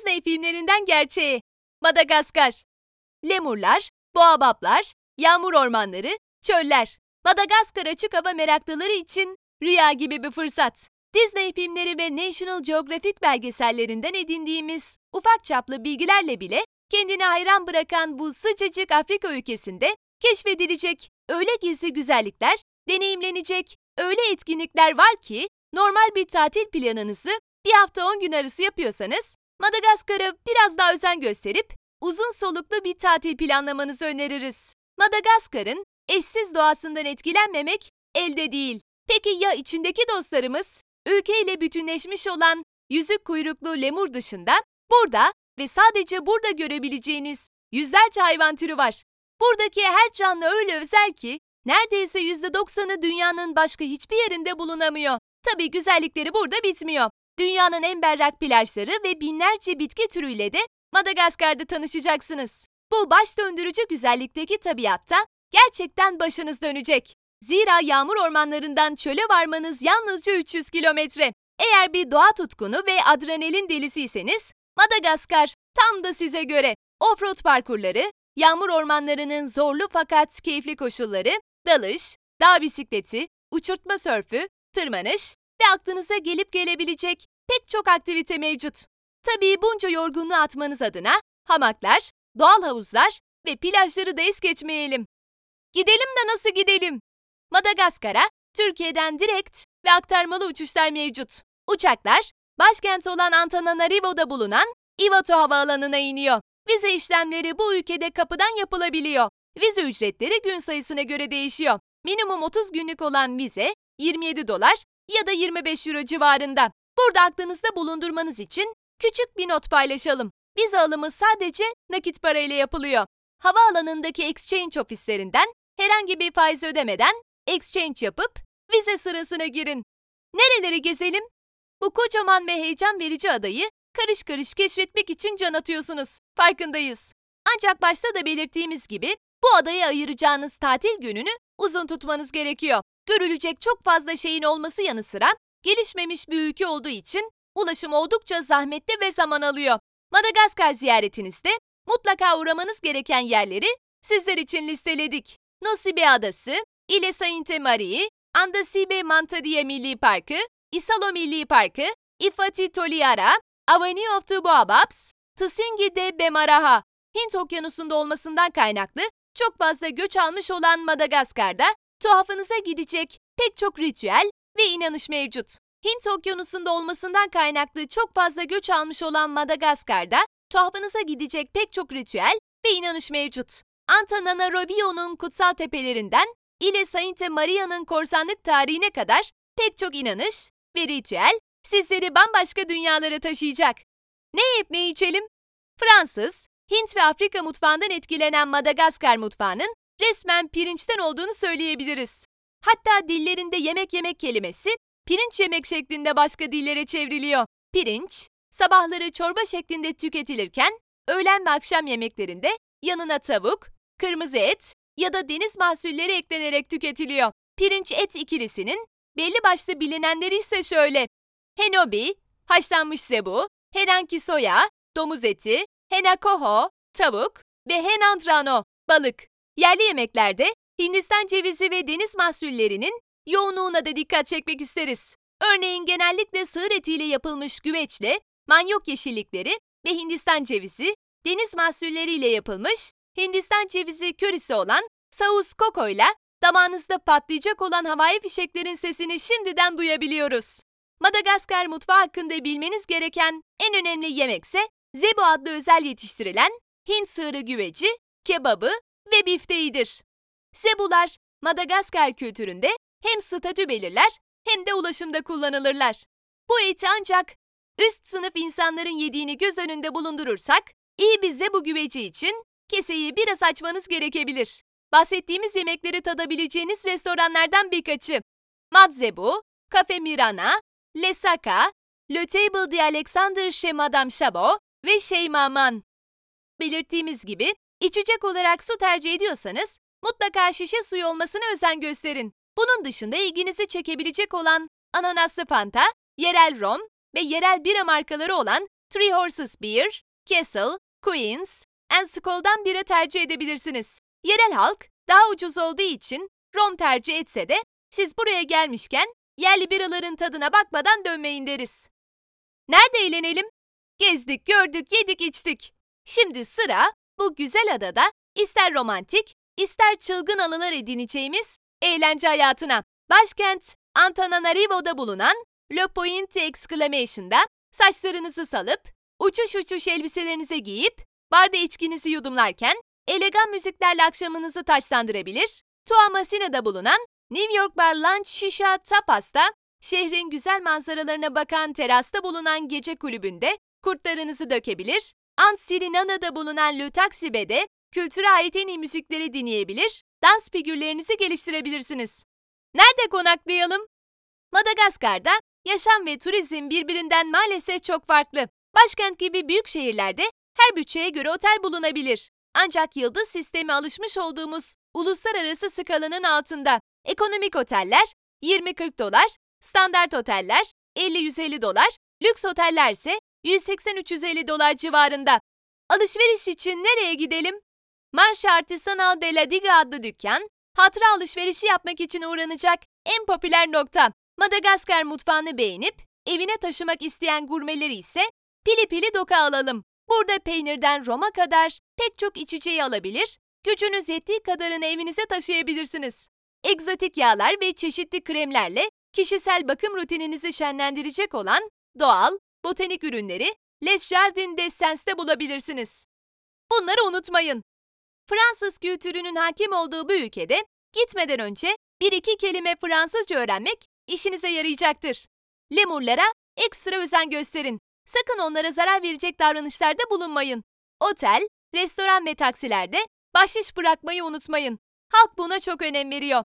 Disney filmlerinden gerçeğe. Madagaskar. Lemurlar, boabaplar, yağmur ormanları, çöller. Madagaskar açık hava meraklıları için rüya gibi bir fırsat. Disney filmleri ve National Geographic belgesellerinden edindiğimiz ufak çaplı bilgilerle bile kendini hayran bırakan bu sıcacık Afrika ülkesinde keşfedilecek öyle gizli güzellikler, deneyimlenecek öyle etkinlikler var ki normal bir tatil planınızı bir hafta 10 gün arası yapıyorsanız Madagaskar'a biraz daha özen gösterip uzun soluklu bir tatil planlamanızı öneririz. Madagaskar'ın eşsiz doğasından etkilenmemek elde değil. Peki ya içindeki dostlarımız? Ülkeyle bütünleşmiş olan yüzük kuyruklu lemur dışında burada ve sadece burada görebileceğiniz yüzlerce hayvan türü var. Buradaki her canlı öyle özel ki neredeyse %90'ı dünyanın başka hiçbir yerinde bulunamıyor. Tabii güzellikleri burada bitmiyor. Dünyanın en berrak plajları ve binlerce bitki türüyle de Madagaskar'da tanışacaksınız. Bu baş döndürücü güzellikteki tabiatta gerçekten başınız dönecek. Zira yağmur ormanlarından çöle varmanız yalnızca 300 kilometre. Eğer bir doğa tutkunu ve adrenalin delisiyseniz Madagaskar tam da size göre. Offroad parkurları, yağmur ormanlarının zorlu fakat keyifli koşulları, dalış, dağ bisikleti, uçurtma sörfü, tırmanış ve aklınıza gelip gelebilecek pek çok aktivite mevcut. Tabii bunca yorgunluğu atmanız adına hamaklar, doğal havuzlar ve plajları da es geçmeyelim. Gidelim de nasıl gidelim? Madagaskar'a Türkiye'den direkt ve aktarmalı uçuşlar mevcut. Uçaklar başkent olan Antananarivo'da bulunan Ivatu Havaalanı'na iniyor. Vize işlemleri bu ülkede kapıdan yapılabiliyor. Vize ücretleri gün sayısına göre değişiyor. Minimum 30 günlük olan vize $27 ya da 25 euro civarında. Burada aklınızda bulundurmanız için küçük bir not paylaşalım. Vize alımı sadece nakit parayla yapılıyor. Havaalanındaki exchange ofislerinden herhangi bir faiz ödemeden exchange yapıp vize sırasına girin. Nereleri gezelim? Bu kocaman ve heyecan verici adayı karış karış keşfetmek için can atıyorsunuz. Farkındayız. Ancak başta da belirttiğimiz gibi bu adaya ayıracağınız tatil gününü uzun tutmanız gerekiyor. Görülecek çok fazla şeyin olması yanı sıra gelişmemiş bir ülke olduğu için ulaşım oldukça zahmetli ve zaman alıyor. Madagaskar ziyaretinizde mutlaka uğramanız gereken yerleri sizler için listeledik. Nosibe Adası, Ile Sainte-Marie, Andasibe Mantadie Milli Parkı, Isalo Milli Parkı, Ifati Toliara, Avenue of the Boababs, Tsingy de Bemaraha. Hint Okyanusu'nda olmasından kaynaklı çok fazla göç almış olan Madagaskar'da tuhafınıza gidecek pek çok ritüel ve inanış mevcut. Hint Okyanusu'nda olmasından kaynaklı çok fazla göç almış olan Madagaskar'da tuhafınıza gidecek pek çok ritüel ve inanış mevcut. Antananarovio'nun kutsal tepelerinden Ile Sainte-Maria'nın korsanlık tarihine kadar pek çok inanış ve ritüel sizleri bambaşka dünyalara taşıyacak. Ne yiyip ne içelim? Fransız, Hint ve Afrika mutfağından etkilenen Madagaskar mutfağının resmen pirinçten olduğunu söyleyebiliriz. Hatta dillerinde yemek yemek kelimesi pirinç yemek şeklinde başka dillere çevriliyor. Pirinç, sabahları çorba şeklinde tüketilirken öğlen ve akşam yemeklerinde yanına tavuk, kırmızı et ya da deniz mahsulleri eklenerek tüketiliyor. Pirinç et ikilisinin belli başlı bilinenleri ise şöyle: henobi, haşlanmış zebu, henanki soya, domuz eti, henakoho, tavuk ve henandrano, balık. Yerli yemeklerde Hindistan cevizi ve deniz mahsullerinin yoğunluğuna da dikkat çekmek isteriz. Örneğin genellikle sığır etiyle yapılmış güveçle, manyok yeşillikleri ve Hindistan cevizi, deniz mahsulleriyle yapılmış Hindistan cevizi körisi olan saus koko'yla damağınızda patlayacak olan havai fişeklerin sesini şimdiden duyabiliyoruz. Madagaskar mutfağı hakkında bilmeniz gereken en önemli yemekse zebu adlı özel yetiştirilen Hint sığırı güveci, kebabı ve bifteğidir. Zebular Madagaskar kültüründe hem statü belirler hem de ulaşımda kullanılırlar. Bu eti ancak üst sınıf insanların yediğini göz önünde bulundurursak iyi bir zebu güveci için keseyi biraz açmanız gerekebilir. Bahsettiğimiz yemekleri tadabileceğiniz restoranlardan birkaçı: Madzebu, Cafe Mirana, Le Saka, Le Table de Alexander chez Madame Chabot ve Chez Maman. Belirttiğimiz gibi içecek olarak su tercih ediyorsanız mutlaka şişe suyu olmasına özen gösterin. Bunun dışında ilginizi çekebilecek olan ananaslı fanta, yerel rom ve yerel bira markaları olan Three Horses Beer, Castle, Queens, and Skoll'dan bira tercih edebilirsiniz. Yerel halk daha ucuz olduğu için rom tercih etse de siz buraya gelmişken yerli biraların tadına bakmadan dönmeyin deriz. Nerede eğlenelim? Gezdik, gördük, yedik, içtik. Şimdi sıra bu güzel adada ister romantik, ister çılgın anılar edineceğimiz eğlence hayatına. Başkent Antananarivo'da bulunan Le Point Exclamation'da saçlarınızı salıp, uçuş elbiselerinizi giyip, barda içkinizi yudumlarken elegan müziklerle akşamınızı taçlandırabilir, Tuamasina'da bulunan New York Bar Lunch Shisha Tapas'ta şehrin güzel manzaralarına bakan terasta bulunan gece kulübünde kurtlarınızı dökebilir, Antsirinana'da bulunan Le Taxibe'de kültüre ait en iyi müzikleri dinleyebilir, dans figürlerinizi geliştirebilirsiniz. Nerede konaklayalım? Madagaskar'da yaşam ve turizm birbirinden maalesef çok farklı. Başkent gibi büyük şehirlerde her bütçeye göre otel bulunabilir. Ancak yıldız sisteme alışmış olduğumuz uluslararası skalanın altında. Ekonomik oteller 20-40 dolar, standart oteller 50-150 dolar, lüks oteller ise 180-350 dolar civarında. Alışveriş için nereye gidelim? Marché Artisanal de la Diga adlı dükkan, hatıra alışverişi yapmak için uğranacak en popüler nokta. Madagaskar mutfağını beğenip evine taşımak isteyen gurmeleri ise Pili Pili Doka alalım. Burada peynirden Roma kadar pek çok içeceği alabilir, gücünüz yettiği kadarını evinize taşıyabilirsiniz. Egzotik yağlar ve çeşitli kremlerle kişisel bakım rutininizi şenlendirecek olan doğal, botanik ürünleri Les Jardins d'Essence'de bulabilirsiniz. Bunları unutmayın. Fransız kültürünün hakim olduğu bu ülkede gitmeden önce bir iki kelime Fransızca öğrenmek işinize yarayacaktır. Lemurlara ekstra özen gösterin. Sakın onlara zarar verecek davranışlarda bulunmayın. Otel, restoran ve taksilerde bahşiş bırakmayı unutmayın. Halk buna çok önem veriyor.